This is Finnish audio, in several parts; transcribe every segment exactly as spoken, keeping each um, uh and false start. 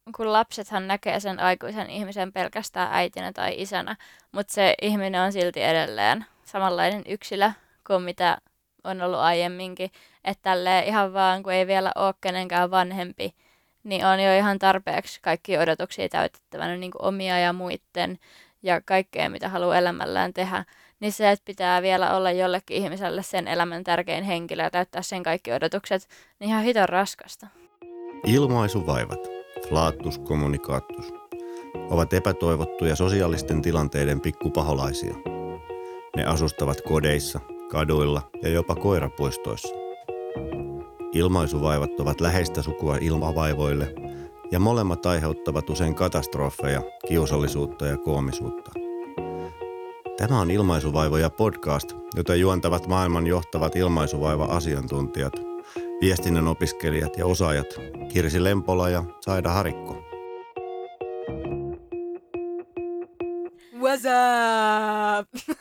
kun lapsethan näkee sen aikuisen ihmisen pelkästään äitinä tai isänä, mutta se ihminen on silti edelleen samanlainen yksilö kuin mitä on ollut aiemminkin. Että tälleen ihan vaan, kun ei vielä ole kenenkään vanhempi, niin on jo ihan tarpeeksi kaikki odotuksia täytettävänä niin kuin omia ja muiden ja kaikkea, mitä haluaa elämällään tehdä. Niin se, että pitää vielä olla jollekin ihmiselle sen elämän tärkein henkilö ja täyttää sen kaikki odotukset, niin ihan hiton raskasta. Ilmaisuvaivat, flaattus communicatus, ovat epätoivottuja sosiaalisten tilanteiden pikkupaholaisia. Ne asustavat kodeissa, kaduilla ja jopa koirapuistoissa. Ilmaisuvaivat ovat läheistä sukua ilmavaivoille ja molemmat aiheuttavat usein katastrofeja, kiusallisuutta ja koomisuutta. Tämä on Ilmaisuvaivoja podcast, jota juontavat maailman johtavat ilmaisuvaiva-asiantuntijat, viestinnän opiskelijat ja osaajat Kirsi Lempola ja Saida Harikko. What's up?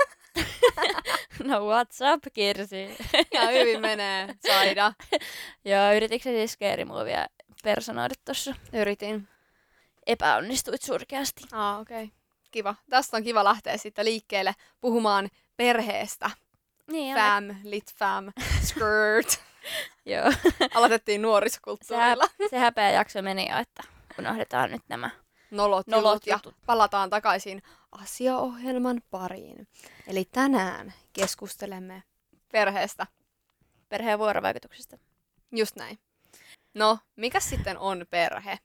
No what's up, Kirsi? Ja hyvin menee, Saida. Joo, yritikö sä siis Scary Movia personoida tossa? Yritin. Epäonnistuit surkeasti. Aa, okei. Okay. Kiva. Tästä on kiva lähteä sitten liikkeelle puhumaan perheestä. Niin, Fam, lit fam, skirt. Joo. Aloitettiin nuorisokulttuurilla. Se, se häpeä jakso meni jo, että unohdetaan nyt nämä Nolot, nolot Nolot ja jutut. palataan takaisin asiaohjelman pariin. Eli tänään keskustelemme perheestä. perheen vuorovaikutuksesta. Just näin. No, mikä sitten on perhe?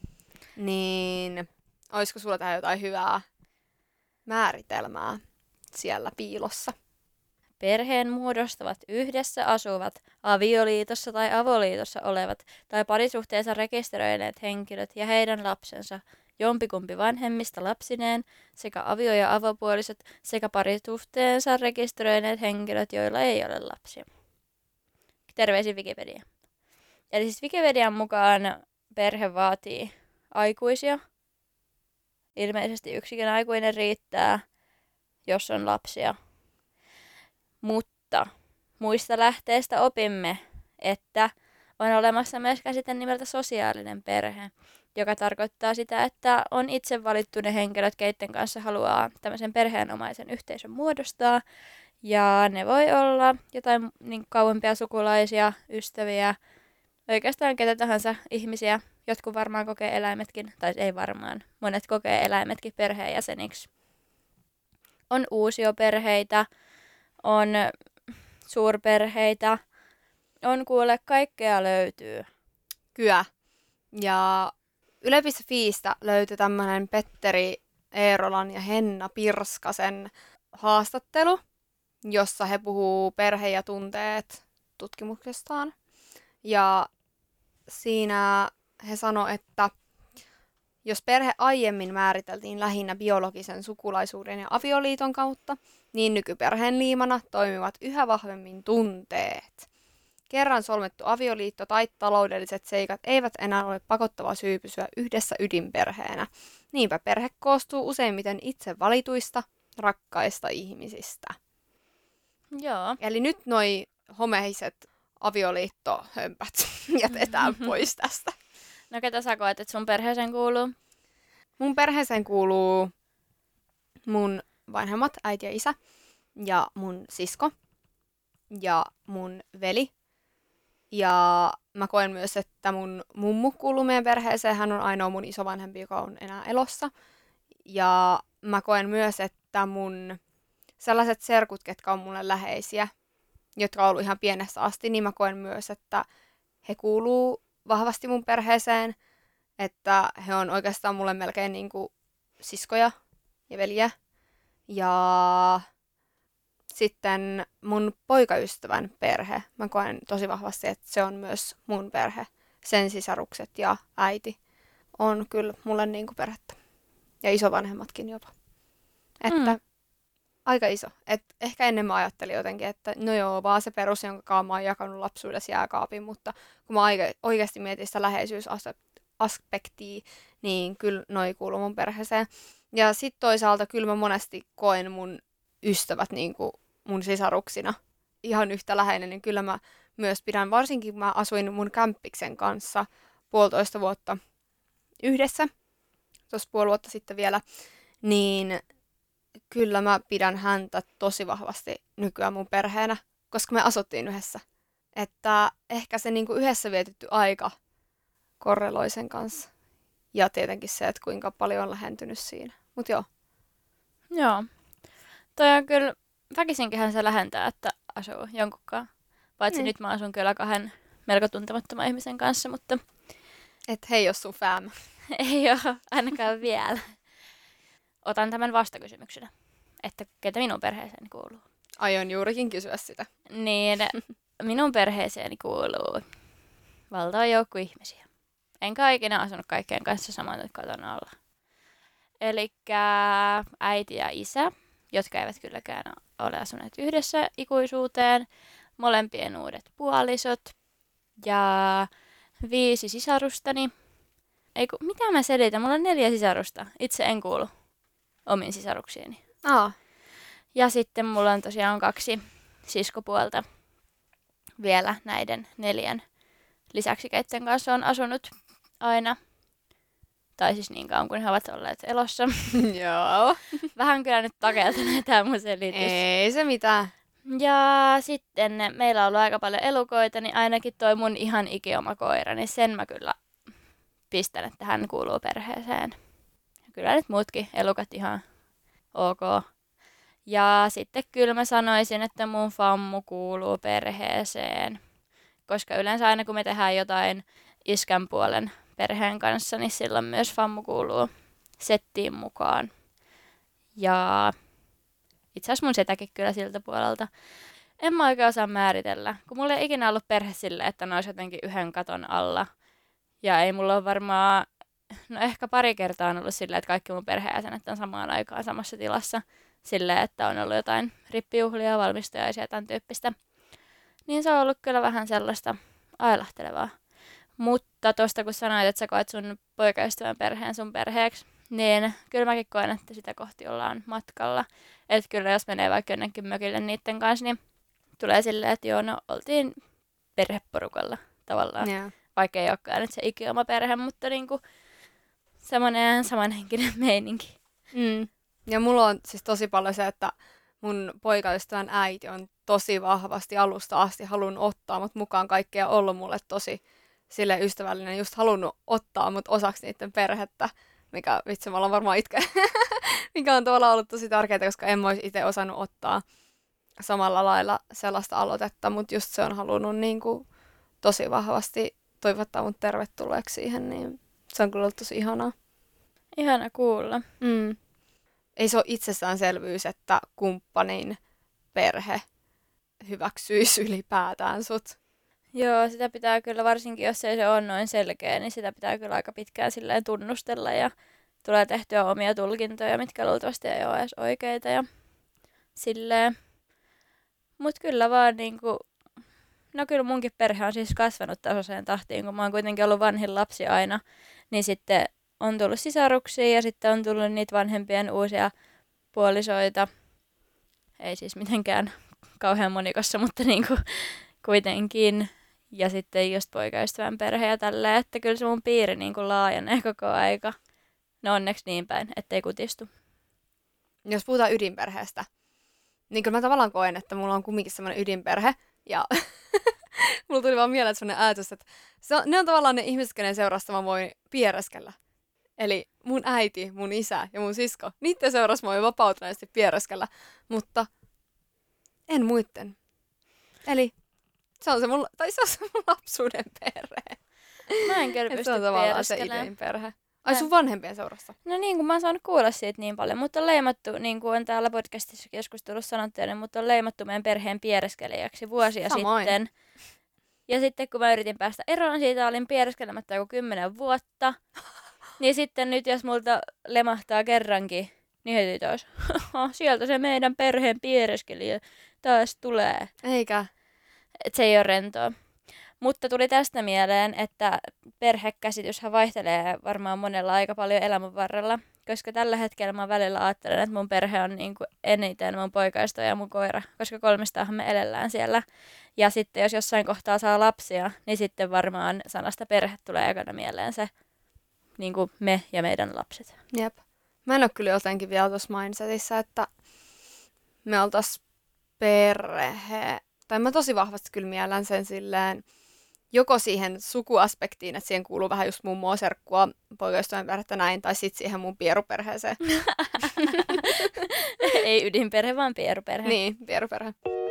Niin, olisiko sulla tähän jotain hyvää määritelmää siellä piilossa? Perheen muodostavat yhdessä asuvat, avioliitossa tai avoliitossa olevat tai parisuhteensa rekisteröineet henkilöt ja heidän lapsensa, jompikumpi vanhemmista lapsineen, sekä avio- ja avopuolisot sekä parisuhteensa rekisteröineet henkilöt, joilla ei ole lapsia. Terveisin Wikipedia. Eli siis Wikipedian mukaan perhe vaatii aikuisia. Ilmeisesti yksikin aikuinen riittää, jos on lapsia. Mutta muista lähteistä opimme, että on olemassa myös käsite nimeltä sosiaalinen perhe, joka tarkoittaa sitä, että on itse valittu ne henkilöt, keiden kanssa haluaa tämmöisen perheenomaisen yhteisön muodostaa. Ja ne voi olla jotain niin kauempia sukulaisia, ystäviä, oikeastaan ketä tahansa ihmisiä. Jotkut varmaan kokee eläimetkin, tai ei varmaan, monet kokee eläimetkin perheenjäseniksi. On uusioperheitä, on suurperheitä, on kuule kaikkea löytyy. Kyllä. Ja Yle piste fiistä löytyi tämmönen Petteri Eerolan ja Henna Pirskasen haastattelu, jossa he puhuu perhe ja tunteet tutkimuksestaan. Ja siinä he sanoi, että jos perhe aiemmin määriteltiin lähinnä biologisen sukulaisuuden ja avioliiton kautta, niin nykyperheen liimana toimivat yhä vahvemmin tunteet. Kerran solmittu avioliitto tai taloudelliset seikat eivät enää ole pakottava syy pysyä yhdessä ydinperheenä. Niinpä perhe koostuu useimmiten itse valituista, rakkaista ihmisistä. Joo. Eli nyt noi homeiset avioliittohömpät jätetään pois tästä. No ketä sä koet, että sun perheeseen kuuluu? Mun perheeseen kuuluu mun vanhemmat, äiti ja isä, ja mun sisko, ja mun veli. Ja mä koen myös, että mun mummu kuuluu meidän perheeseen. Hän on ainoa mun isovanhempi, joka on enää elossa. Ja mä koen myös, että mun sellaiset serkut, ketkä on mulle läheisiä, jotka on ollut ihan pienestä asti, niin mä koen myös, että he kuuluu vahvasti mun perheeseen. Että he on oikeastaan mulle melkein niin kuin siskoja ja veliä. Ja sitten mun poikaystävän perhe. Mä koen tosi vahvasti, että se on myös mun perhe. Sen sisarukset ja äiti on kyllä mulle niin kuin perhettä. Ja isovanhemmatkin jopa. Että mm. aika iso. Et ehkä ennen mä ajattelin jotenkin, että no joo, vaan se perus, jonka mä oon jakanut lapsuudessa jääkaapin. Mutta kun mä oikeasti mietin sitä läheisyysaspektia, niin kyllä noi kuuluu mun perheeseen. Ja sitten toisaalta kyllä mä monesti koen mun ystävät niin kuin mun sisaruksina ihan yhtä läheinen, niin kyllä mä myös pidän, varsinkin kun mä asuin mun kämppiksen kanssa puolitoista vuotta yhdessä, tuossa puoli vuotta sitten vielä, niin kyllä mä pidän häntä tosi vahvasti nykyään mun perheenä, koska me asuttiin yhdessä. Että ehkä se niinku yhdessä vietetty aika korreloi sen kanssa. Ja tietenkin se, että kuinka paljon on lähentynyt siinä. Mut joo. Joo. Toi on kyllä, väkisinkinhän se lähentää, että asuu jonkunkaan. Paitsi Mm. nyt mä asun kyllä kahden melko tuntemattoman ihmisen kanssa, mutta Et hei, jos sun fam. ei ole ainakaan vielä. Otan tämän vastakysymyksenä, että ketä minun perheeseeni kuuluu. Aion juurikin kysyä sitä. Niin minun perheeseeni kuuluu valtava joukko ihmisiä. Enkä ole ikinä asunut kaikkien kanssa saman kotona alla. Elikkä äiti ja isä, jotka eivät kylläkään ole asuneet yhdessä ikuisuuteen, molempien uudet puolisot ja viisi sisarustani. Eiku, mitä mä selitän? Mulla on neljä sisarusta. Itse en kuulu omiin sisaruksiini. Aa, Ja sitten mulla on tosiaan kaksi siskopuolta vielä näiden neljän lisäksi, keitten kanssa on asunut aina. Tai siis niin kauan kuin he ovat olleet elossa. joo. Vähän kyllä nyt takeltanut tämä mun selitys. Ei se mitään. Ja sitten meillä on ollut aika paljon elukoita, niin ainakin toi mun ihan ikioma koira, niin sen mä kyllä pistän, että hän kuuluu perheeseen. Kyllä nyt muutkin elukat ihan ok. Ja sitten kyllä mä sanoisin, että mun fammu kuuluu perheeseen. Koska yleensä aina kun me tehdään jotain iskän puolen perheen kanssa, niin silloin myös fammu kuuluu settiin mukaan. Ja itse asiassa mun setäkin kyllä siltä puolelta. En mä oikein osaa määritellä, kun mulla ei ikinä ollut perhe silleen, että ne olisi jotenkin yhden katon alla. Ja ei mulla ole varmaan, no ehkä pari kertaa on ollut silleen, että kaikki mun perheenjäsenet on samaan aikaan samassa tilassa. Silleen, että on ollut jotain rippijuhlia, valmistujaisia ja tämän tyyppistä. Niin se on ollut kyllä vähän sellaista ailahtelevaa. Mutta tosta kun sanoit, että sä koet sun poikaystävän perheen sun perheeksi, niin kyllä mäkin koen, että sitä kohti ollaan matkalla. Että kyllä jos menee vaikka jonnekin mökille niiden kanssa, niin tulee silleen, että joo, no oltiin perheporukalla tavallaan. Yeah. Vaikka ei olekaan nyt se ikioma perhe, mutta niinku semmoinen samanhenkinen meininki. Mm. Ja mulla on siis tosi paljon se, että mun poikaystävän äiti on tosi vahvasti alusta asti halunnut ottaa mut mukaan kaikkea, ollut mulle tosi sille ystävällinen, just halunnut ottaa mut osaksi niiden perhettä, mikä vitsi, mä ollaan varmaan itke, mikä on tavallaan ollut tosi tärkeää, koska en mä olisi itse osannut ottaa samalla lailla sellaista aloitetta, mutta just se on halunnut niin kuin tosi vahvasti toivottaa mut tervetulleeksi siihen, niin se on kyllä ollut tosi ihanaa. Ihana kuulla. Mm. Ei se ole itsestäänselvyys, että kumppanin perhe hyväksyisi ylipäätään sut. Joo, sitä pitää kyllä, varsinkin jos ei se ole noin selkeä, niin sitä pitää kyllä aika pitkään silleen tunnustella ja tulee tehtyä omia tulkintoja, mitkä luultavasti ei ole edes oikeita ja silleen. Mut kyllä vaan niinku, no kyllä munkin perhe on siis kasvanut tasaiseen tahtiin, kun mä oon kuitenkin ollut vanhin lapsi aina, niin sitten on tullut sisaruksia ja sitten on tullut niitä vanhempien uusia puolisoita. Ei siis mitenkään kauhean monikossa, mutta niinku kuitenkin. Ja sitten just poikaystävän perhe ja tälleen, että kyllä se mun piiri niinku laajenee koko aika. No onneksi niin päin, ettei kutistu. Jos puhutaan ydinperheestä, niin kyllä mä tavallaan koen, että mulla on kumminkin semmoinen ydinperhe. Ja mulla tuli vaan mieleen semmoinen ajatus, että se on, ne on tavallaan ne ihmiset, kenen seurasta mä voin piereskellä. Eli mun äiti, mun isä ja mun sisko, niiden seurassa mä voin vapautuneesti piereskellä, mutta en muitten. Eli se on se mun, tai se on se mun lapsuuden perhe. Mä en kyllä Et pysty se on tavallaan se piereskelemään. ydinperhe. Ai Mä- sun vanhempien seurassa? No niin, kun mä oon saanut kuulla siitä niin paljon, mutta on leimattu, niin kuin on täällä podcastissa keskustelussa sanottu, niin, mutta on leimattu meidän perheen piereskelijäksi vuosia Samoin. sitten. Ja sitten kun mä yritin päästä eroon siitä, olin piereskelemättä joku kymmenen vuotta. Niin sitten nyt jos multa lemahtaa kerrankin, niin heti taas, sieltä se meidän perheen piereskelijä taas tulee. Eikä. Et se ei ole rentoa. Mutta tuli tästä mieleen, että perhekäsityshän vaihtelee varmaan monella aika paljon elämän varrella. Koska tällä hetkellä mä välillä ajattelen, että mun perhe on niinku eniten mun poikaisto ja mun koira. Koska kolmestahan me elellään siellä. Ja sitten jos jossain kohtaa saa lapsia, niin sitten varmaan sanasta perhe tulee ekana mieleen se niin kuin me ja meidän lapset. Jep. Mä en ole kyllä jotenkin vielä tuossa mindsetissä, että me oltais perhe. Tai mä tosi vahvasti kyllä miellän sen silleen, joko siihen sukuaspektiin, että siihen kuuluu vähän just mummoa, serkkua, poikaystävän perhettä näin, tai sitten siihen mun pieruperheeseen. Ei ydinperhe, vaan pieruperhe. Niin, pieruperhe.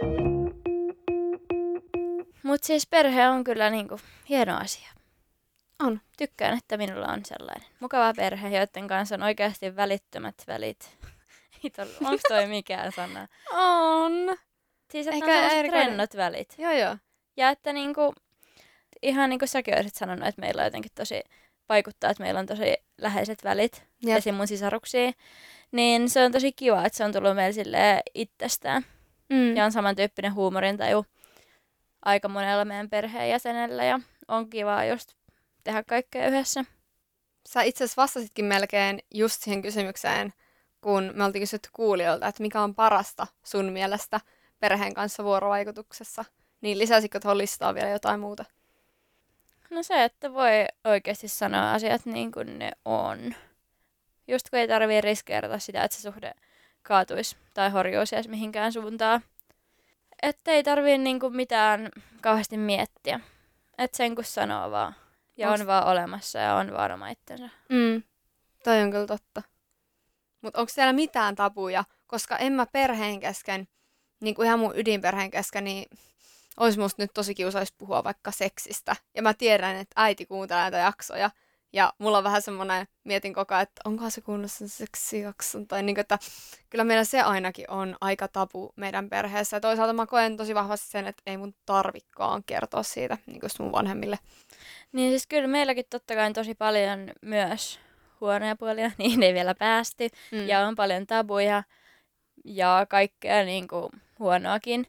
Mutta siis perhe on kyllä niinku hieno asia. On. Tykkään, että minulla on sellainen mukava perhe, joiden kanssa on oikeasti välittömät välit. Onko toi mikään sana? On. Siis, että Ehkä on sellaiset erikoinen- rennot välit. Joo, joo. Ja että niinku, ihan niin kuin säkin olisit sanonut, että meillä on jotenkin tosi, vaikuttaa, että meillä on tosi läheiset välit Jep. esim. Mun sisaruksiin. Niin se on tosi kiva, että se on tullut meille silleen itsestään. Mm. Ja on samantyyppinen huumorintaju aika monella meidän perheenjäsenellä. Ja on kiva just tehdä kaikkea yhdessä. Sä itse asiassa vastasitkin melkein just siihen kysymykseen, kun me oltiin kysytty kuulijoilta, että mikä on parasta sun mielestä perheen kanssa vuorovaikutuksessa. Niin lisäsitkö tuohon listaan vielä jotain muuta? No se, että voi oikeasti sanoa asiat niin kuin ne on. Just kun ei tarvii riskeerata sitä, että se suhde kaatuisi tai horjuisi edes mihinkään suuntaan. Että ei tarvii niin kuin mitään kauheasti miettiä. Että sen kun sanoo vaan. Ja Onks- on vaan olemassa ja on vaan oma itsensä. Mm. Toi on kyllä totta. Mutta onko siellä mitään tabuja? Koska en mä perheen kesken, niin kuin ihan mun ydinperheen kesken, niin olisi musta nyt tosi kiusais puhua vaikka seksistä. Ja mä tiedän, että äiti kuuntelee näitä jaksoja. Ja mulla on vähän semmoinen, mietin koko ajan, että onkohan se kuunnassa sen seksijakson. Tai niin kuin, että kyllä meillä se ainakin on aika tabu meidän perheessä. Ja toisaalta mä koen tosi vahvasti sen, että ei mun tarvikkaan kertoa siitä niin kuin just mun vanhemmille. Niin siis kyllä meilläkin totta kai on tosi paljon myös huonoja puolia, niin ei vielä päästy. Mm. Ja on paljon tabuja ja kaikkea niin kuin huonoakin.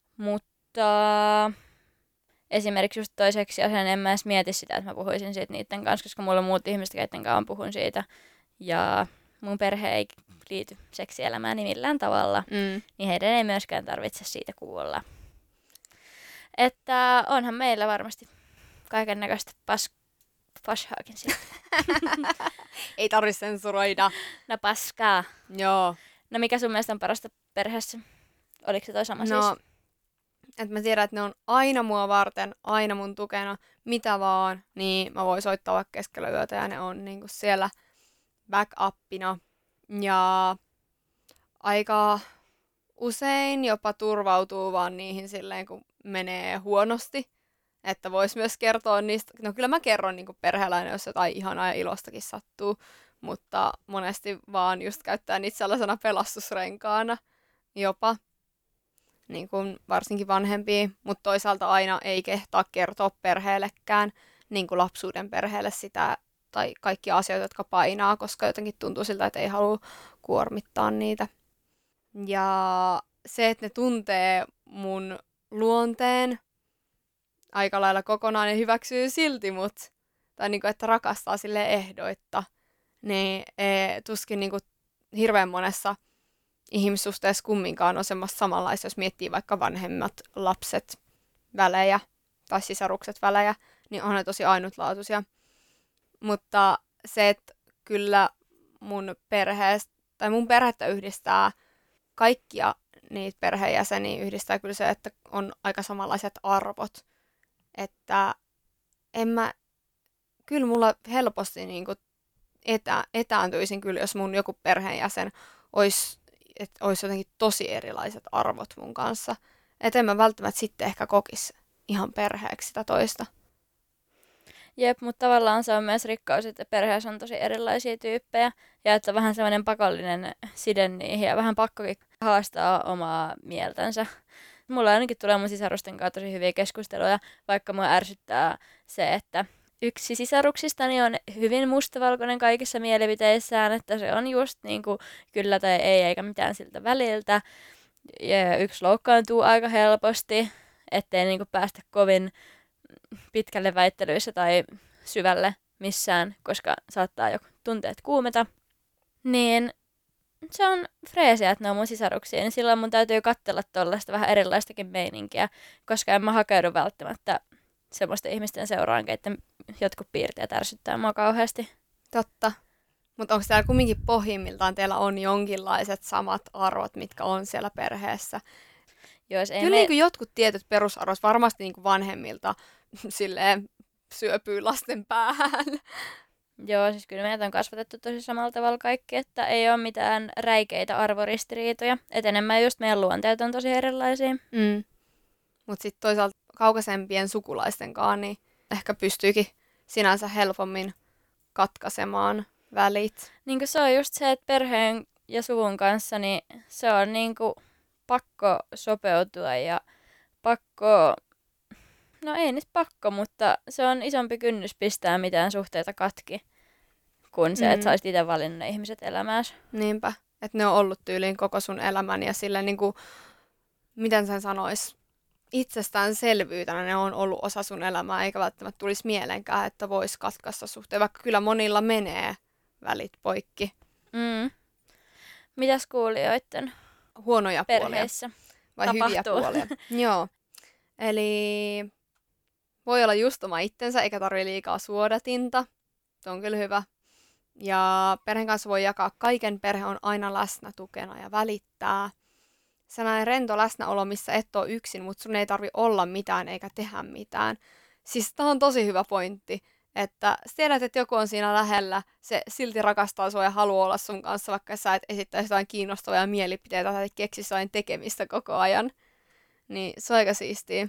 Mutta esimerkiksi just toiseksi asian en mä edes mieti sitä, että mä puhuisin siitä niiden kanssa, koska mulla on muut ihmiset, keiden kanssa puhun siitä. Ja mun perhe ei liity seksielämään millään tavalla, Mm. niin heidän ei myöskään tarvitse siitä kuulla. Että onhan meillä varmasti kaiken näköistä pas, pashaakin siitä. Ei tarvitse sensuroida. No paskaa. Joo. No mikä sun mielestä on parasta perheessä? Oliko se toi sama No, siis? että mä tiedän, että ne on aina mua varten, aina mun tukena, mitä vaan, niin mä voin soittaa vaikka keskellä yötä ja ne on niinku siellä backupina. Ja aika usein jopa turvautuu vaan niihin silleen, kun menee huonosti. Että vois myös kertoa niistä, no kyllä mä kerron niinku perheläinen, jos jotain ihanaa ja ilostakin sattuu, mutta monesti vaan just käyttää niitä sellaisena pelastusrenkaana jopa. Niin kuin varsinkin vanhempia, mutta toisaalta aina ei kehtaa kertoa perheellekään, niin kuin lapsuuden perheelle sitä, tai kaikkia asioita, jotka painaa, koska jotenkin tuntuu siltä, että ei halua kuormittaa niitä. Ja se, että ne tuntee mun luonteen aika lailla kokonaan ja hyväksyy silti mut, tai niin kuin, että rakastaa sille ehdoitta, niin e, tuskin niin kuin hirveän monessa ihmissuhteessa kumminkaan on semmoista samanlaista, jos miettii vaikka vanhemmat lapset välejä tai sisarukset välejä, niin on ne tosi ainutlaatuisia. Mutta se, että kyllä mun perheestä, tai mun perhettä yhdistää kaikkia niitä perheenjäseniä, yhdistää kyllä se, että on aika samanlaiset arvot. Että en mä, kyllä mulla helposti niin kuin etä, etääntyisin kyllä, jos mun joku perheenjäsen olisi että olisi jotenkin tosi erilaiset arvot mun kanssa. Että en mä välttämättä sitten ehkä kokisi ihan perheeksi sitä toista. Jep, mutta tavallaan se on myös rikkaus, että perheessä on tosi erilaisia tyyppejä. Ja että vähän semmoinen pakollinen side niihin ja vähän pakkokin haastaa omaa mieltänsä. Mulla ainakin tulee mun sisarusten kanssa tosi hyviä keskusteluja, vaikka mua ärsyttää se, että yksi sisaruksistani on hyvin mustavalkoinen kaikissa mielipiteissään, että se on just niin kuin kyllä tai ei, eikä mitään siltä väliltä. Ja yksi loukkaantuu aika helposti, ettei niin kuin päästä kovin pitkälle väittelyissä tai syvälle missään, koska saattaa jo tunteet kuumeta. Niin se on freesiä, että ne on mun sisaruksia, niin silloin mun täytyy katsella tollaista vähän erilaistakin meininkiä, koska en mä hakeudu välttämättä semmoisten ihmisten seuraan, keiden jotkut piirteet ärsyttää mua kauheasti. Totta. Mutta onko täällä kumminkin pohjimmiltaan teillä on jonkinlaiset samat arvot, mitkä on siellä perheessä? Joo, ei Kyllä me... niin kuin jotkut tietyt perusarvot varmasti niin kuin vanhemmilta silleen syöpyy lasten päähän. Joo, siis kyllä meitä on kasvatettu tosi samalla tavalla kaikki, että ei ole mitään räikeitä arvoristiriitoja. Et enemmän just meidän luonteet on tosi erilaisia. Mm. Mutta sitten toisaalta kaukaisempien sukulaistenkaan, niin ehkä pystyykin sinänsä helpommin katkaisemaan välit. Niin kuin se on just se, että perheen ja suvun kanssa, niin se on niin kuin pakko sopeutua ja pakko, no ei nyt pakko, mutta se on isompi kynnys pistää mitään suhteita katki, kuin se, Mm. että sä olisit itse valinnut ne ihmiset elämääsi. Niinpä, että ne on ollut tyyliin koko sun elämän ja sille niin kuin, miten sen sanois, itsestäänselvyytenä ne on ollut osa sun elämää, eikä välttämättä tulisi mielenkään, että vois katkaista suhteen, vaikka kyllä monilla menee välit poikki. Mm. Mitäs kuulijoiden Huonoja puolia perheissä vai tapahtuu? hyviä puolia? Joo. Eli voi olla just oma itsensä, eikä tarvitse liikaa suodatinta. Se on kyllä hyvä. Ja perheen kanssa voi jakaa kaiken. Perhe on aina läsnä tukena ja välittää. Sellainen rento läsnäolo, missä et ole yksin, mutta sun ei tarvi olla mitään eikä tehdä mitään. Siis tää on tosi hyvä pointti, että sä tiedät, että joku on siinä lähellä, se silti rakastaa sua ja haluaa olla sun kanssa, vaikka sä et esittäisi jotain kiinnostavia mielipiteitä tai keksisi jotain tekemistä koko ajan. Niin se on aika siistiä.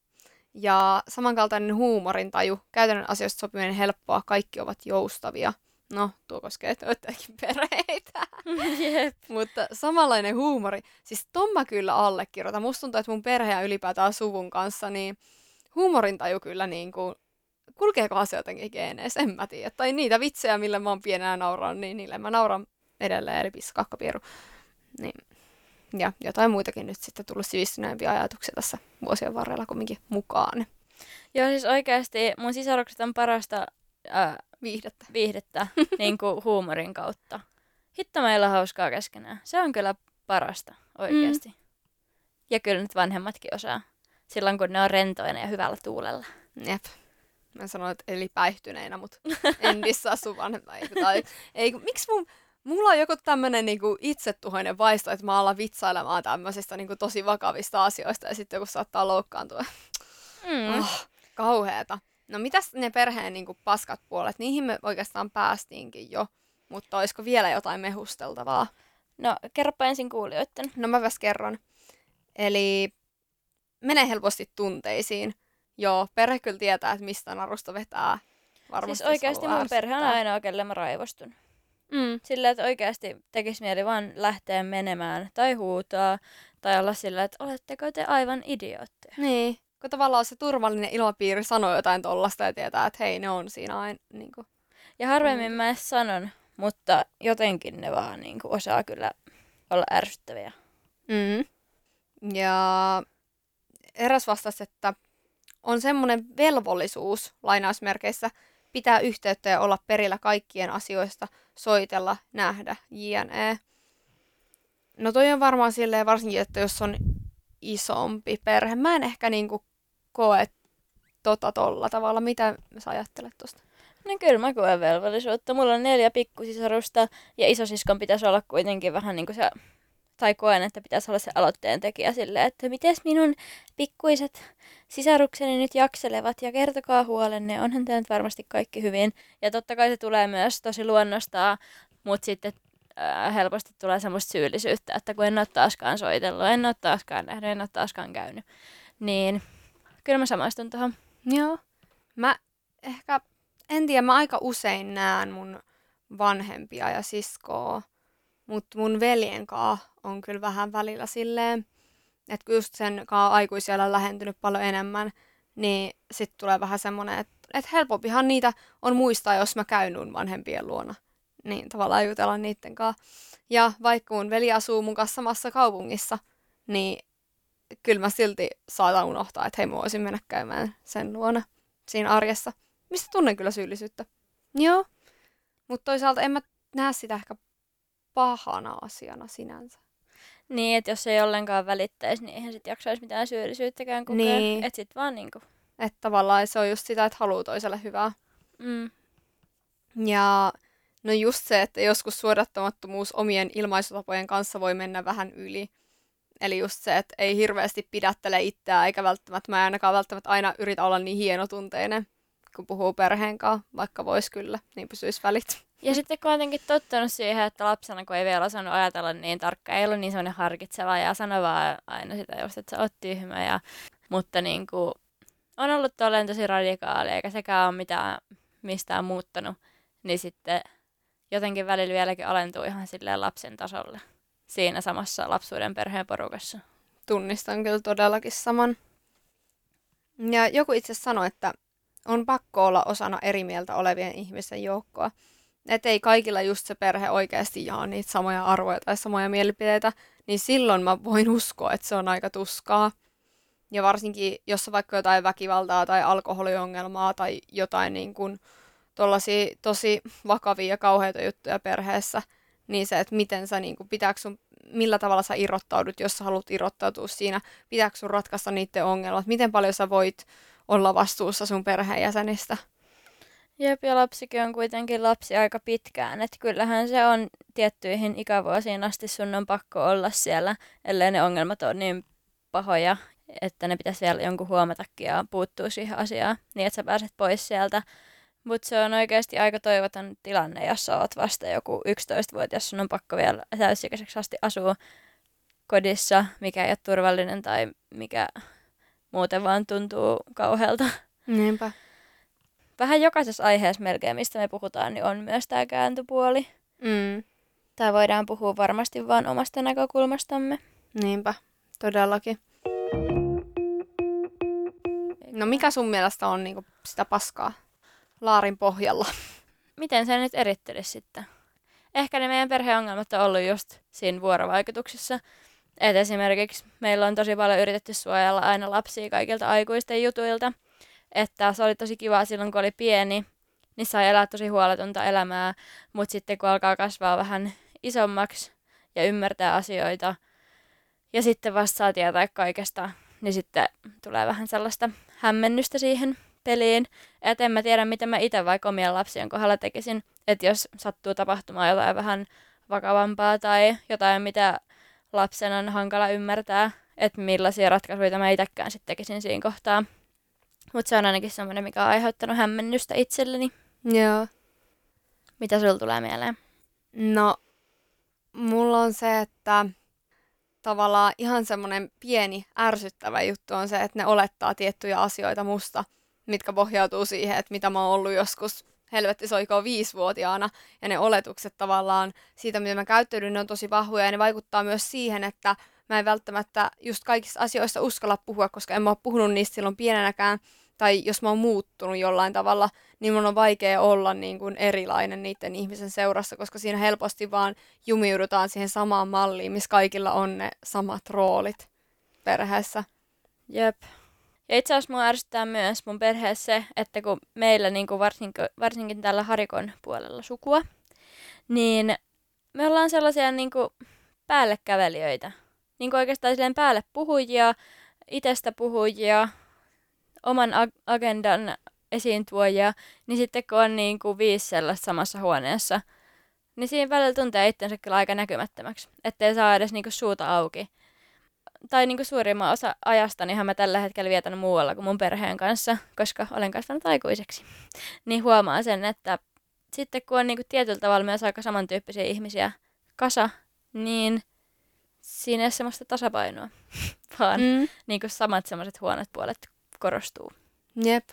Ja samankaltainen huumorintaju, käytännön asioista sopiminen helppoa, kaikki ovat joustavia. No, tuo koskee joitakin perheitä. Jep. Mutta samanlainen huumori, siis ton mä kyllä allekirjoitan. Musta tuntuu, että mun perhe ja ylipäätään suvun kanssa, niin huumorintaju kyllä niin kuin, kulkeekohan se jotenkin geeneissä, en mä tiedä. Tai niitä vitsejä, millä mä oon pienenä nauranut, niin niille mä nauran edelleen, eli pissa kakkapiiru. Niin. Ja jotain muitakin nyt sitten tullut sivistyneempiä ajatuksia tässä vuosien varrella kumminkin mukaan. Joo, siis oikeasti mun sisarukset on parasta ää, Viihdettä. viihdettä niin kuin huumorin kautta. Hitto meillä on hauskaa keskenään. Se on kyllä parasta oikeasti. Mm. Ja kyllä nyt vanhemmatkin osaa. Silloin kun ne on rentoina ja hyvällä tuulella. Jep. Mä sanoin, että eli päihtyneinä, mutta en dissaa sun vanhempaa. Ei, tai, ei, miksi mun, mulla on joku tämmönen niinku itsetuhoinen vaisto, että mä alan vitsailemaan tämmöisistä niinku tosi vakavista asioista ja sitten joku saattaa loukkaantua. Mm. Oh, kauheeta. No mitäs ne perheen niinku paskat puolet? Niihin me oikeastaan päästiinkin jo, mutta olisiko vielä jotain mehusteltavaa? No, kerropa ensin kuulijoiden. No mä väs kerron. Eli menee helposti tunteisiin. Joo, perhe kyllä tietää, että mistä narusta vetää. Varmasti Siis oikeasti mun perhe on ärsyttää. ainoa, kelle mä raivostun. Mm. Sillä, että oikeasti tekisi mieli vaan lähteä menemään tai huutaa. Tai olla sillä, että oletteko te aivan idiootteja. Niin, kun tavallaan se turvallinen ilmapiiri sanoo jotain tollasta ja tietää, että hei, ne on siinä aina. Niin kuin. Ja harvemmin mä edes sanon, mutta jotenkin ne vaan niin kuin, osaa kyllä olla ärsyttäviä. Mm. Ja eräs vastasi, että on semmoinen velvollisuus, lainausmerkeissä, pitää yhteyttä ja olla perillä kaikkien asioista, soitella, nähdä, jne. No toi on varmaan silleen varsinkin, että jos on isompi perhe. Mä en ehkä niinku koe tota tolla tavalla. Mitä sä ajattelet tosta? No kyllä mä koen velvollisuutta. Mulla on neljä pikkusisarusta ja isosiskon pitäisi olla kuitenkin vähän niin kuin se, tai koen, että pitäisi olla se aloitteen tekijä silleen, että mites minun pikkuiset sisarukseni nyt jakselevat ja kertokaa huolenne, onhan tämä nyt varmasti kaikki hyvin. Ja totta kai se tulee myös tosi luonnostaan, mutta sitten äh, helposti tulee semmoista syyllisyyttä, että kun en ole taaskaan soitellut, en ole taaskaan nähnyt, en ole taaskaan käynyt. Niin kyllä mä samaistun tuohon. Joo. Mä ehkä, en tiedä, mä aika usein näen mun vanhempia ja siskoa, mutta mun veljen kaa on kyllä vähän välillä silleen, että kun just sen kaa aikuisiellä on lähentynyt paljon enemmän, niin sit tulee vähän semmonen, että et helpompihan niitä on muistaa, jos mä käyn mun vanhempien luona. Niin tavallaan jutella niitten kanssa. Ja vaikka mun veli asuu mun kanssa samassa kaupungissa, niin kyllä mä silti saatan unohtaa, että hei, mä voisin mennä käymään sen luona siinä arjessa. Mistä tunnen kyllä syyllisyyttä. Joo. Mutta toisaalta en mä näe sitä ehkä pahana asiana sinänsä. Niin, että jos ei ollenkaan välittäisi, niin eihän sit jaksaisi mitään syyllisyyttäkään kokea. Niin. Että sit vaan niinku. Että tavallaan se on just sitä, että haluaa toiselle hyvää. Mm. Ja No just se, että joskus suodattamattomuus omien ilmaisutapojen kanssa voi mennä vähän yli. Eli just se, että ei hirveästi pidättele itseään, eikä välttämättä, mä en ainakaan välttämättä aina yritä olla niin hienotunteinen, kun puhuu perheen kanssa, vaikka vois kyllä, niin pysyisi välit. Ja sitten kun on jotenkin tottunut siihen, että lapsena kun ei vielä osannut ajatella niin tarkkaan, ei ollut niin semmoinen harkitseva ja sano vaan aina sitä just, että sä oot tyhmä. Ja, mutta niin kuin, on ollut tolleen tosi radikaali, eikä sekään ole mitään mistään muuttanut, niin sitten jotenkin välillä vieläkin alentuu ihan silleen lapsen tasolle siinä samassa lapsuuden perheen porukassa. Tunnistan kyllä todellakin saman. Ja joku itse sanoi, että on pakko olla osana eri mieltä olevien ihmisten joukkoa. Että ei kaikilla just se perhe oikeasti jaa niitä samoja arvoja tai samoja mielipiteitä, niin silloin mä voin uskoa, että se on aika tuskaa. Ja varsinkin, jos on vaikka jotain väkivaltaa tai alkoholiongelmaa tai jotain niin kuin tollaisia tosi vakavia ja kauheita juttuja perheessä, niin se, että miten sä, niin kuin, pitääkö sun, millä tavalla sä irrottaudut, jos sä haluat irrottautua siinä, pitääkö sun ratkaista niiden ongelmat, miten paljon sä voit olla vastuussa sun perheenjäsenistä. Jep, ja lapsikin on kuitenkin lapsi aika pitkään, että kyllähän se on tiettyihin ikävuosiin asti sun on pakko olla siellä, ellei ne ongelmat ole niin pahoja, että ne pitäisi vielä jonkun huomatakin ja puuttua siihen asiaan, niin että sä pääset pois sieltä. Mutta se on oikeasti aika toivoton tilanne, jos sä oot vasta joku yksitoistavuotias, sun on pakko vielä täysikäiseksi asti asua kodissa, mikä ei ole turvallinen tai mikä muuten vaan tuntuu kauhealta. Niinpä. Vähän jokaisessa aiheessa melkein, mistä me puhutaan, niin on myös tämä kääntöpuoli. Mm. Tai voidaan puhua varmasti vain omasta näkökulmastamme. Niinpä, todellakin. No mikä sun mielestä on niinku sitä paskaa laarin pohjalla? Miten se nyt erittelisi sitten? Ehkä ne meidän perheongelmat on ollut just siinä vuorovaikutuksessa. Et esimerkiksi meillä on tosi paljon yritetty suojella aina lapsia kaikilta aikuisten jutuilta. Että se oli tosi kiva silloin, kun oli pieni, niin sai elää tosi huoletonta elämää. Mutta sitten kun alkaa kasvaa vähän isommaksi ja ymmärtää asioita ja sitten vasta saa tietää kaikesta, niin sitten tulee vähän sellaista hämmennystä siihen peliin. Että en mä tiedä, mitä mä itse vaikka omien lapsien kohdalla tekisin. Että jos sattuu tapahtumaan jotain vähän vakavampaa tai jotain, mitä lapsen on hankala ymmärtää, että millaisia ratkaisuja mä itsekään sitten tekisin siinä kohtaa. Mutta se on ainakin semmoinen, mikä on aiheuttanut hämmennystä itselleni. Joo. Mitä sulla tulee mieleen? No, mulla on se, että tavallaan ihan semmoinen pieni ärsyttävä juttu on se, että ne olettaa tiettyjä asioita musta, mitkä pohjautuu siihen, että mitä mä oon ollut joskus helvetti soikoon viisivuotiaana. Ja ne oletukset tavallaan siitä, miten mä käyttäydyn, ne on tosi vahvoja ja ne vaikuttaa myös siihen, että mä en välttämättä just kaikista asioista uskalla puhua, koska en mä ole puhunut niistä silloin pienenäkään. Tai jos mä oon muuttunut jollain tavalla, niin mun on vaikea olla niin kuin erilainen niiden ihmisen seurassa, koska siinä helposti vaan jumiudutaan siihen samaan malliin, missä kaikilla on ne samat roolit perheessä. Jep. Ja itse asiassa mua ärsyttää myös mun perheessä se, että kun meillä niin kuin varsinkin, varsinkin tällä Harikon puolella sukua, niin me ollaan sellaisia niin kuin päällekävelijöitä. Niin kuin oikeastaan silleen päälle puhujia, itsestä puhujia, oman ag- agendan esiin tuojia, niin sitten kun on niin kuin viisi sellaista samassa huoneessa, niin siinä välillä tuntee itsensä kyllä aika näkymättömäksi, ettei saa edes niin kuin suuta auki. Tai niin kuin suurimman osa ajasta niin mä tällä hetkellä vietän muualla kuin mun perheen kanssa, koska olen kasvanut aikuiseksi. Niin huomaa sen, että sitten kun on niin kuin tietyllä tavalla myös aika samantyyppisiä ihmisiä kasa, niin siinä ei ole semmoista tasapainoa, vaan Mm. niin kuin samat semmoiset huonot puolet korostuu. Jep.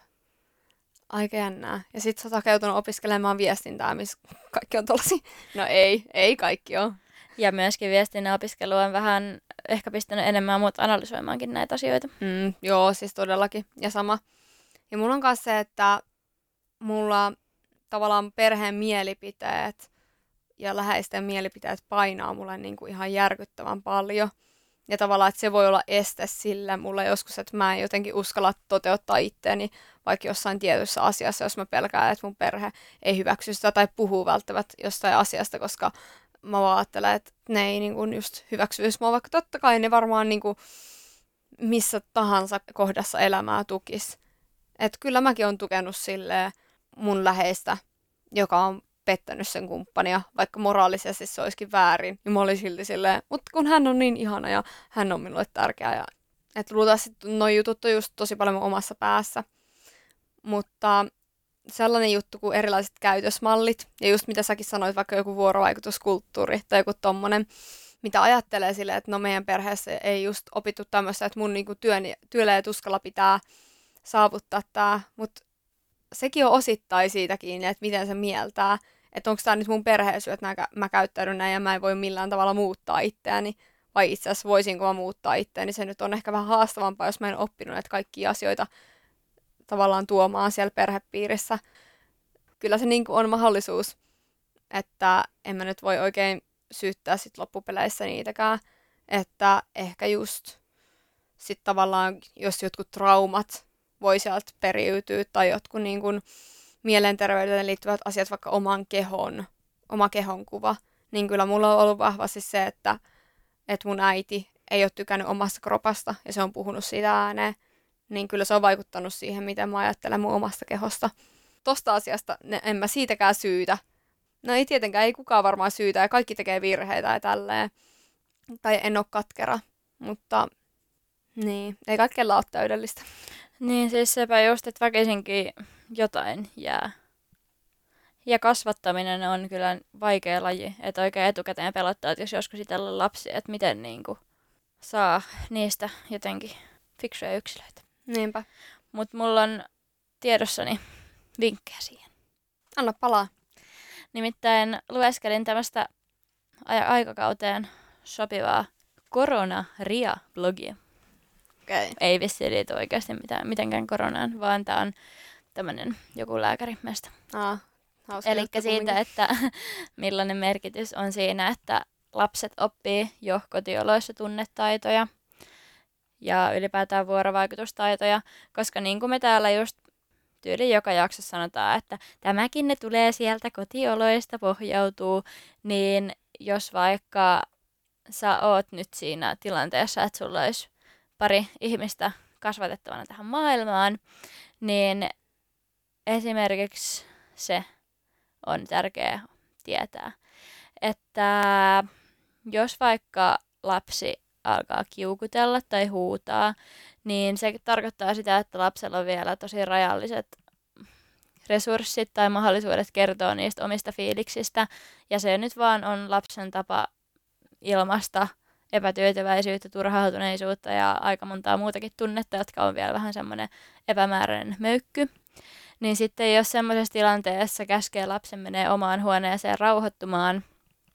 Aika jännää. Ja sit sä oot hakeutunut opiskelemaan viestintää, missä kaikki on tollasia. No ei, ei kaikki ole. Ja myöskin viestinnän opiskelu on vähän ehkä pistänyt enemmän mut analysoimaankin näitä asioita. Mm, joo, siis todellakin. Ja sama. Ja mulla on myös se, että mulla tavallaan perheen mielipiteet ja läheisten mielipiteet painaa mulle niin kuin ihan järkyttävän paljon. Ja tavallaan, että se voi olla este sille mulle joskus, että mä en jotenkin uskalla toteuttaa itteeni vaikka jossain tietyssä asiassa, jos mä pelkään, että mun perhe ei hyväksy sitä tai puhuu välttämättä jostain asiasta, koska mä vaan ajattelen, että ne ei niin kuin just hyväksyisi mua, vaikka totta kai ne varmaan niin kuin missä tahansa kohdassa elämää tukis. Että kyllä mäkin on tukenut silleen mun läheistä, joka on pettänyt sen kumppania, vaikka moraalisesti se olisikin väärin, niin mä olin silti silleen, mutta kun hän on niin ihana ja hän on minulle tärkeä. Ja, että luultavasti nuo jutut on just tosi paljon mun omassa päässä. Mutta sellainen juttu kuin erilaiset käytösmallit, ja just mitä säkin sanoit, vaikka joku vuorovaikutuskulttuuri tai joku tommonen, mitä ajattelee silleen, että no meidän perheessä ei just opittu tämmöistä, että mun niinku työn, työllä ja tuskalla pitää saavuttaa tämä, mutta sekin on osittain siitä kiinni, että miten se mieltää, että onko tämä nyt mun perheesy, että mä, mä käyttäydyn näin ja mä en voi millään tavalla muuttaa itseäni, vai itse asiassa voisinko mä muuttaa itseäni, se nyt on ehkä vähän haastavampaa, jos mä en oppinut näitä kaikkia asioita tavallaan tuomaan siellä perhepiirissä. Kyllä se niin kuin on mahdollisuus, että en mä nyt voi oikein syyttää sit loppupeleissä niitäkään, että ehkä just sit tavallaan, jos jotkut traumat voi sieltä periytyä tai jotkut niin kuin mielenterveyteen liittyvät asiat, vaikka oman kehon, oma kehonkuva, niin kyllä mulla on ollut vahvasti se, että, että mun äiti ei ole tykännyt omasta kropasta ja se on puhunut siitä ääneen, niin kyllä se on vaikuttanut siihen, miten mä ajattelen mun omasta kehosta. Tosta asiasta ne, en mä siitäkään syytä. No ei tietenkään, ei kukaan varmaan syytä ja kaikki tekee virheitä ja tälleen. Tai en ole katkera, mutta niin, ei kaikkella ole täydellistä. Niin siis sepä just, että väkisinkin jotain jää. Ja kasvattaminen on kyllä vaikea laji, että oikein etukäteen pelottaa, että jos joskus itsellä on lapsia, että miten niinku saa niistä jotenkin fiksuja yksilöitä. Niinpä. Mutta mulla on tiedossani vinkkejä siihen. Anna palaa. Nimittäin lueskelin tämmöistä aikakauteen sopivaa Korona-ria-blogia. Okay. Ei vissiin liity oikeasti mitään, mitenkään koronaan, vaan tämä on tämmöinen joku lääkärimestä. Aa, hauska Eli juttu siitä, kumminkin. että millainen merkitys on siinä, että lapset oppii jo kotioloissa tunnetaitoja ja ylipäätään vuorovaikutustaitoja, koska niin kuin me täällä just tyyli joka jaksossa sanotaan, että tämäkin ne tulee sieltä kotioloista pohjautuu, niin jos vaikka sä oot nyt siinä tilanteessa, että sulla olisi pari ihmistä kasvatettavana tähän maailmaan, niin esimerkiksi se on tärkeää tietää, että jos vaikka lapsi alkaa kiukutella tai huutaa, niin se tarkoittaa sitä, että lapsella on vielä tosi rajalliset resurssit tai mahdollisuudet kertoa niistä omista fiiliksistä, ja se nyt vaan on lapsen tapa ilmaista epätyytyväisyyttä, turhautuneisuutta ja aika montaa muutakin tunnetta, jotka on vielä vähän semmoinen epämääräinen möykky. Niin sitten jos semmoisessa tilanteessa käskee lapsen menee omaan huoneeseen rauhoittumaan,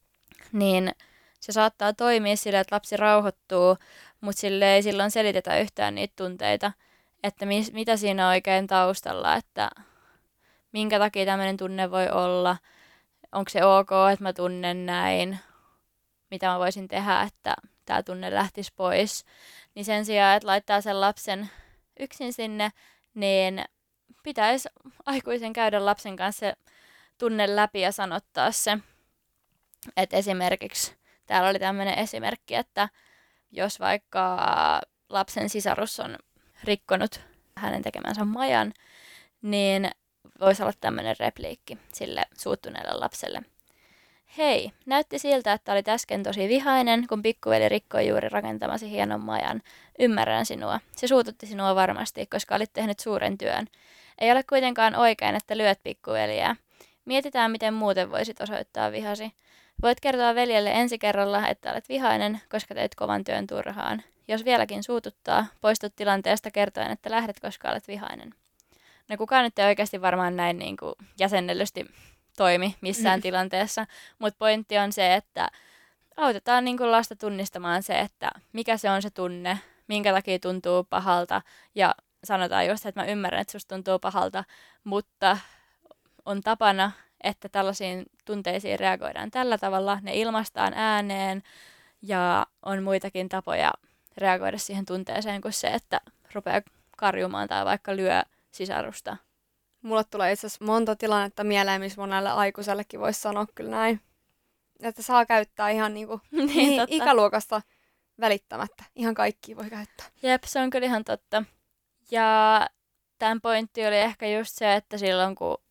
niin se saattaa toimia sillä, että lapsi rauhoittuu, mutta sille ei silloin selitetä yhtään niitä tunteita, että mis, mitä siinä on oikein taustalla, että minkä takia tämmöinen tunne voi olla, onko se ok, että mä tunnen näin, mitä mä voisin tehdä, että tämä tunne lähtisi pois. Niin sen sijaan, että laittaa sen lapsen yksin sinne, niin pitäisi aikuisen käydä lapsen kanssa se tunne läpi ja sanottaa se. Että esimerkiksi, täällä oli tämmöinen esimerkki, että jos vaikka lapsen sisarus on rikkonut hänen tekemänsä majan, niin voisi olla tämmöinen repliikki sille suuttuneelle lapselle. Hei, näytti siltä, että olit äsken tosi vihainen, kun pikkuveli rikkoi juuri rakentamasi hienon majan. Ymmärrän sinua. Se suututti sinua varmasti, koska olit tehnyt suuren työn. Ei ole kuitenkaan oikein, että lyöt pikkuveliä. Mietitään, miten muuten voisit osoittaa vihasi. Voit kertoa veljelle ensi kerralla, että olet vihainen, koska teit kovan työn turhaan. Jos vieläkin suututtaa, poistut tilanteesta kertoen, että lähdet, koska olet vihainen. No kukaan nyt ei oikeasti varmaan näin niin kuin jäsennellysti toimi missään mm. tilanteessa, mutta pointti on se, että autetaan niin kuin lasta tunnistamaan se, että mikä se on se tunne, minkä takia tuntuu pahalta, ja sanotaan just, että mä ymmärrän, että susta tuntuu pahalta, mutta on tapana, että tällaisiin tunteisiin reagoidaan tällä tavalla, ne ilmaistaan ääneen, ja on muitakin tapoja reagoida siihen tunteeseen kuin se, että rupeaa karjumaan tai vaikka lyö sisarusta. Mulle tulee itse asiassa monta tilannetta mieleen, missä monelle aikuisellekin voisi sanoa kyllä näin. Että saa käyttää ihan niinku niin, ikäluokasta välittämättä. Ihan kaikki voi käyttää. Jep, se on kyllä ihan totta. Ja tämän pointti oli ehkä just se, että silloin kun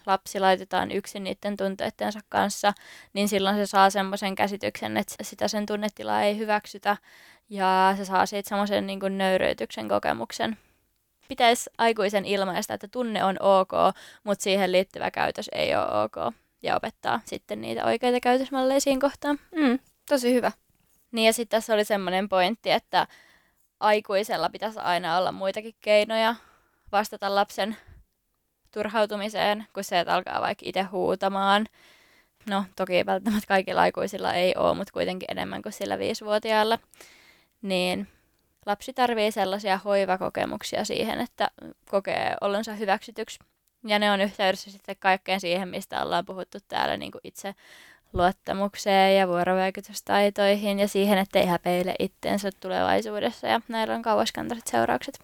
lapsi laitetaan yksin niiden tunteittensa kanssa, niin silloin se saa semmoisen käsityksen, että sitä sen tunnetilaa ei hyväksytä ja se saa siitä semmoisen niin kuin nöyryytyksen kokemuksen. Pitäisi aikuisen ilmaista, että tunne on ok, mutta siihen liittyvä käytös ei ole ok ja opettaa sitten niitä oikeita käytösmalleja siinä kohtaa. Mm, tosi hyvä. Niin ja sitten tässä oli semmoinen pointti, että aikuisella pitäisi aina olla muitakin keinoja vastata lapsen turhautumiseen, kun se, että alkaa vaikka itse huutamaan. No, toki välttämättä kaikilla aikuisilla ei ole, mutta kuitenkin enemmän kuin sillä viisivuotiaalla. Niin lapsi tarvitsee sellaisia hoivakokemuksia siihen, että kokee ollonsa hyväksytyksi. Ja ne on yhteydessä sitten kaikkeen siihen, mistä ollaan puhuttu täällä, niin kuin itse luottamukseen ja vuorovaikutustaitoihin ja siihen, ettei häpeile itteensä tulevaisuudessa. Ja näillä on kauaskantoiset seuraukset.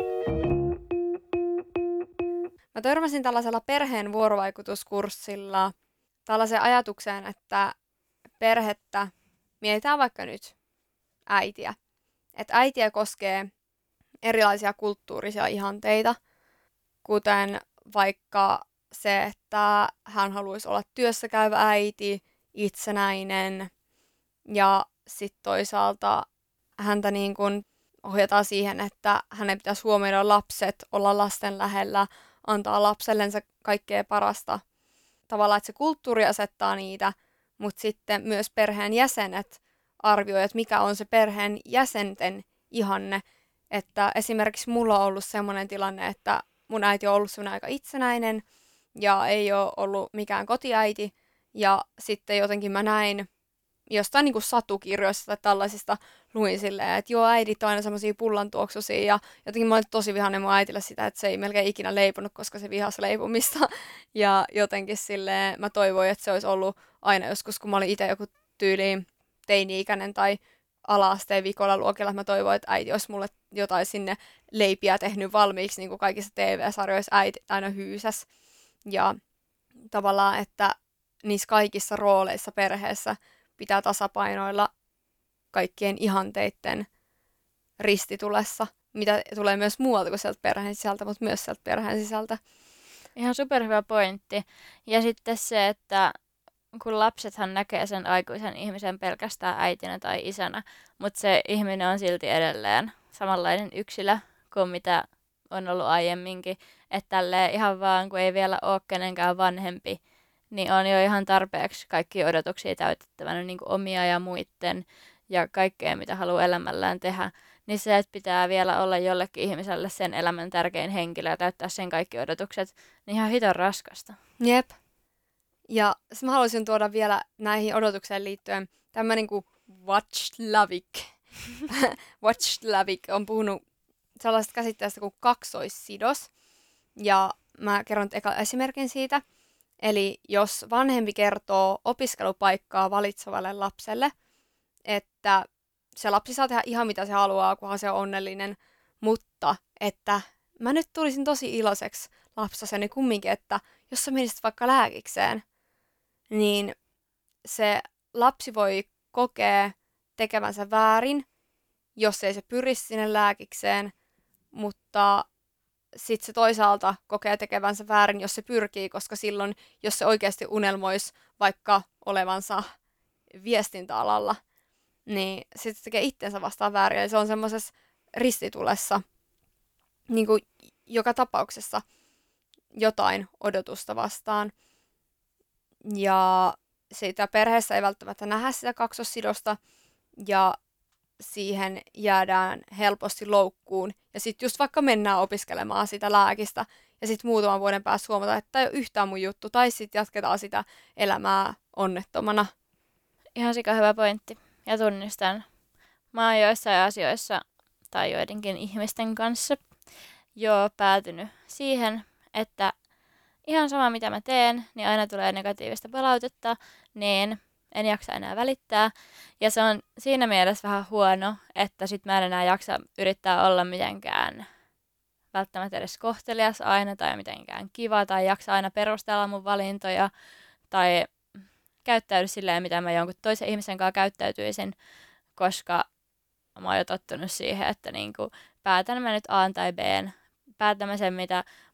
Mä törmäsin tällaisella perheen vuorovaikutuskurssilla tällaiseen ajatukseen, että perhettä mietitään vaikka nyt äitiä. Että äitiä koskee erilaisia kulttuurisia ihanteita, kuten vaikka se, että hän haluaisi olla työssäkäyvä äiti, itsenäinen ja sitten toisaalta häntä niin kuin ohjataan siihen, että hänen pitäisi huomioida lapset, olla lasten lähellä, antaa lapsellensa kaikkea parasta. Tavallaan, että se kulttuuri asettaa niitä, mutta sitten myös perheen jäsenet arvioivat, että mikä on se perheen jäsenten ihanne. Että esimerkiksi mulla on ollut sellainen tilanne, että mun äiti on ollut sellainen aika itsenäinen ja ei ole ollut mikään kotiäiti. Ja sitten jotenkin mä näin jostain niin kuin satukirjoista tai tällaisista luin silleen, että joo, äidit on aina semmosia pullantuoksuisia ja jotenkin mä olin tosi vihainen mun äitille sitä, että se ei melkein ikinä leiponut, koska se vihasi leipomista. Ja jotenkin silleen mä toivoin, että se olisi ollut aina joskus, kun mä olin itse joku tyyliin teini-ikäinen tai ala-asteen viikolla luokilla, että mä toivoin, että äiti olisi mulle jotain sinne leipiä tehnyt valmiiksi, niin kuin kaikissa T V-sarjoissa äiti aina hyysäs. Ja tavallaan, että niissä kaikissa rooleissa perheessä pitää tasapainoilla kaikkien ihanteiden ristitulessa, mitä tulee myös muualta kuin sieltä perheen sisältä, mutta myös sieltä perheen sisältä. Ihan superhyvä pointti. Ja sitten se, että kun lapsethan näkee sen aikuisen ihmisen pelkästään äitinä tai isänä, mutta se ihminen on silti edelleen samanlainen yksilö kuin mitä on ollut aiemminkin. Että tälleen ihan vaan, kun ei vielä ole kenenkään vanhempi, niin on jo ihan tarpeeksi kaikkia odotuksia täytettävänä, niin kuin omia ja muiden ja kaikkea, mitä haluaa elämällään tehdä. Niin se, että pitää vielä olla jollekin ihmiselle sen elämän tärkein henkilö ja täyttää sen kaikki odotukset, niin ihan hiton raskasta. Jep. Ja mä haluaisin tuoda vielä näihin odotukseen liittyen tämmöinen kuin Watzlawick. Watzlawick on puhunut sellaisesta käsitteestä kuin kaksoissidos. Ja mä kerron eka esimerkin siitä. Eli jos vanhempi kertoo opiskelupaikkaa valitsevalle lapselle, että se lapsi saa tehdä ihan mitä se haluaa, kunhan se on onnellinen, mutta että mä nyt tulisin tosi iloiseksi lapsaseni kumminkin, että jos sä menisit vaikka lääkikseen, niin se lapsi voi kokea tekevänsä väärin, jos ei se pyri sinne lääkikseen, mutta sitten se toisaalta kokee tekevänsä väärin, jos se pyrkii, koska silloin, jos se oikeasti unelmoisi vaikka olevansa viestintäalalla, niin sitten se tekee itsensä vastaan väärin. Eli se on semmoisessa ristitulessa niin kuin joka tapauksessa jotain odotusta vastaan. Ja siitä perheessä ei välttämättä nähdä sitä kaksossidosta, ja siihen jäädään helposti loukkuun. Ja sitten just vaikka mennään opiskelemaan sitä lääkistä, ja sitten muutaman vuoden päästä huomataan, että tämä ei ole yhtään mun juttu, tai sitten jatketaan sitä elämää onnettomana. Ihan sika hyvä pointti. Ja tunnistan. Mä oon joissain asioissa, tai joidenkin ihmisten kanssa, jo päätynyt siihen, että ihan sama mitä mä teen, niin aina tulee negatiivista palautetta, niin en jaksa enää välittää. Ja se on siinä mielessä vähän huono, että sit mä en enää jaksa yrittää olla mitenkään välttämättä edes kohtelias aina tai mitenkään kiva tai jaksa aina perustella mun valintoja tai käyttäydy silleen, mitä mä jonkun toisen ihmisen kanssa käyttäytyisin, koska mä oon jo tottunut siihen, että niinku päätän mä nyt A tai B, päätän mä sen, mitä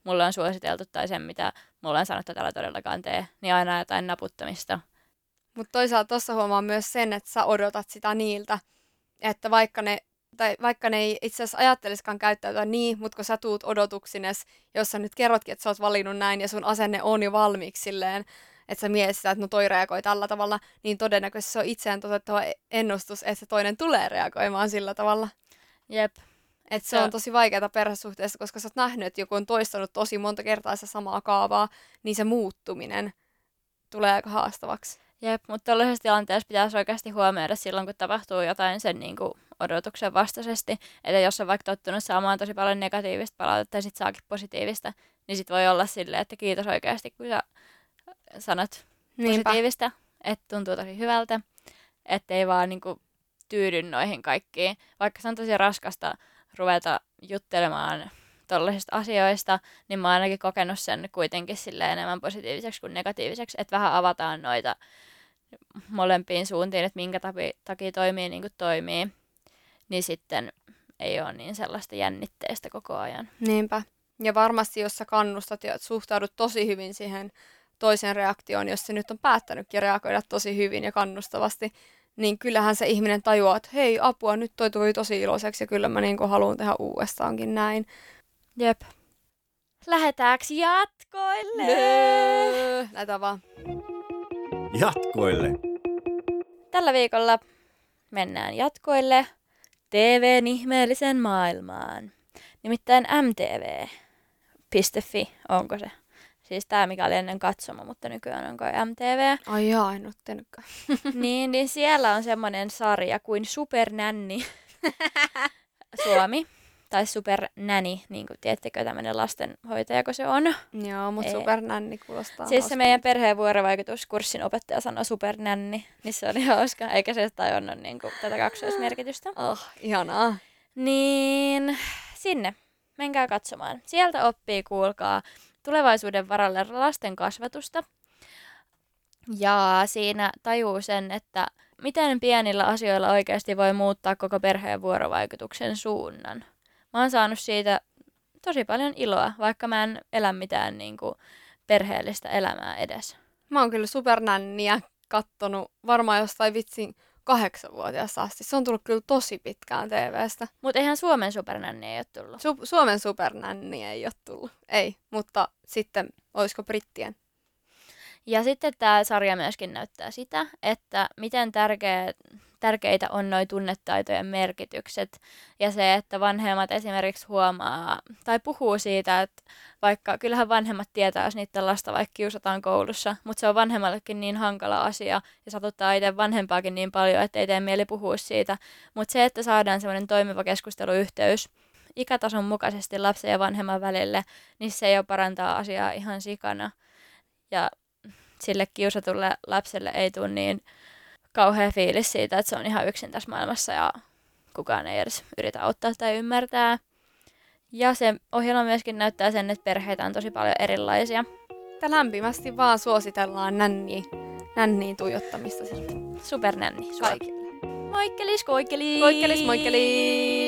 mulle on suositeltu tai sen, mitä mulle on sanottu, että älä todellakaan tee, niin aina jotain naputtamista. Mutta toisaalta tuossa huomaa myös sen, että sä odotat sitä niiltä, että vaikka ne, tai vaikka ne ei itse asiassa ajattelisikaan käyttäytyä niin, mutta kun sä tuut odotuksines, jos sä nyt kerrotkin, että sä oot valinnut näin ja sun asenne on jo valmiiksi silleen, että sä mietit sitä, että no toi reagoi tällä tavalla, niin todennäköisesti se on itseään toteuttava ennustus, että se toinen tulee reagoimaan sillä tavalla. Jep. Et se on tosi vaikeaa perhesuhteessa, koska sä oot nähnyt, että joku on toistanut tosi monta kertaa sitä samaa kaavaa, niin se muuttuminen tulee aika haastavaksi. Jep, mutta tällaisessa tilanteessa pitäisi oikeasti huomioida silloin, kun tapahtuu jotain sen niin kuin odotuksen vastaisesti. Että jos on vaikka tottunut saamaan tosi paljon negatiivista palautetta ja sitten saakin positiivista, niin sit voi olla silleen, että kiitos oikeasti, kun sä sanot Niinpä. positiivista, että tuntuu tosi hyvältä, ettei vaan niin kuin tyydy noihin kaikkiin. Vaikka se on tosi raskasta ruveta juttelemaan tollaisista asioista, niin mä oon ainakin kokenut sen kuitenkin sille enemmän positiiviseksi kuin negatiiviseksi, että vähän avataan noita molempiin suuntiin, että minkä takia toimii niin kuin toimii, niin sitten ei ole niin sellaista jännitteistä koko ajan. Niinpä. Ja varmasti, jos sä kannustat ja suhtaudut tosi hyvin siihen toisen reaktioon, jos se nyt on päättänytkin reagoida tosi hyvin ja kannustavasti, niin kyllähän se ihminen tajuaa, että hei, apua, nyt toi tuli tosi iloiseksi ja kyllä mä niin haluan tehdä uudestaankin näin. Jep. Lähetääks jatkoille? Löö. Lähetään vaan. Jatkoille! Tällä viikolla mennään jatkoille T V:n ihmeelliseen maailmaan. Nimittäin M T V piste fi, onko se? Siis tää, mikä oli ennen Katsomo, mutta nykyään onko M T V. Ai jaa, en oo tehnytkään. niin, niin siellä on semmonen sarja kuin Supernänni Suomi. Tai Supernäni, niin kuin tiedättekö, tämmöinen lastenhoitajako se on. Joo, mutta Ei. Supernänni kuulostaa Siis se hauskalta. meidän perheen vuorovaikutuskurssin opettaja sanoi Supernänni, niin se oli hauska, eikä se tajunnut niin kuin, tätä kaksoismerkitystä. Oh, ihanaa. Niin sinne, menkää katsomaan. Sieltä oppii, kuulkaa, tulevaisuuden varalle lasten kasvatusta. Ja siinä tajuu sen, että miten pienillä asioilla oikeasti voi muuttaa koko perheen vuorovaikutuksen suunnan. Mä oon saanut siitä tosi paljon iloa, vaikka mä en elä mitään niin kuin perheellistä elämää edes. Mä oon kyllä Supernänniä kattonut varmaan jostain vitsin kahdeksanvuotiaasta asti. Se on tullut kyllä tosi pitkään T V:stä. Mutta eihän Suomen Supernänni ei ole tullut. Su- Suomen Supernänni ei ole tullut. Ei, mutta sitten olisiko brittien? Ja sitten tämä sarja myöskin näyttää sitä, että miten tärkeä, tärkeitä on nuo tunnetaitojen merkitykset. Ja se, että vanhemmat esimerkiksi huomaa tai puhuu siitä, että vaikka kyllähän vanhemmat tietää, jos niiden lasta vaikka kiusataan koulussa, mutta se on vanhemmallekin niin hankala asia ja satuttaa itse vanhempaakin niin paljon, että ei tee mieli puhua siitä. Mutta se, että saadaan semmoinen toimiva keskusteluyhteys ikätason mukaisesti lapsen ja vanhemman välille, niin se jo parantaa asiaa ihan sikana. Ja sille kiusatulle lapselle ei tule niin kauhea fiilis siitä, että se on ihan yksin tässä maailmassa ja kukaan ei edes yritä auttaa tai ymmärtää. Ja se ohjelma myöskin näyttää sen, että perheitä on tosi paljon erilaisia. Tää lämpimästi vaan suositellaan nänniin, nänniin tuijottamista siltä. Supernänni. Kaikille. Moikkelis, koikkelis! Moikkelis, moikkelis!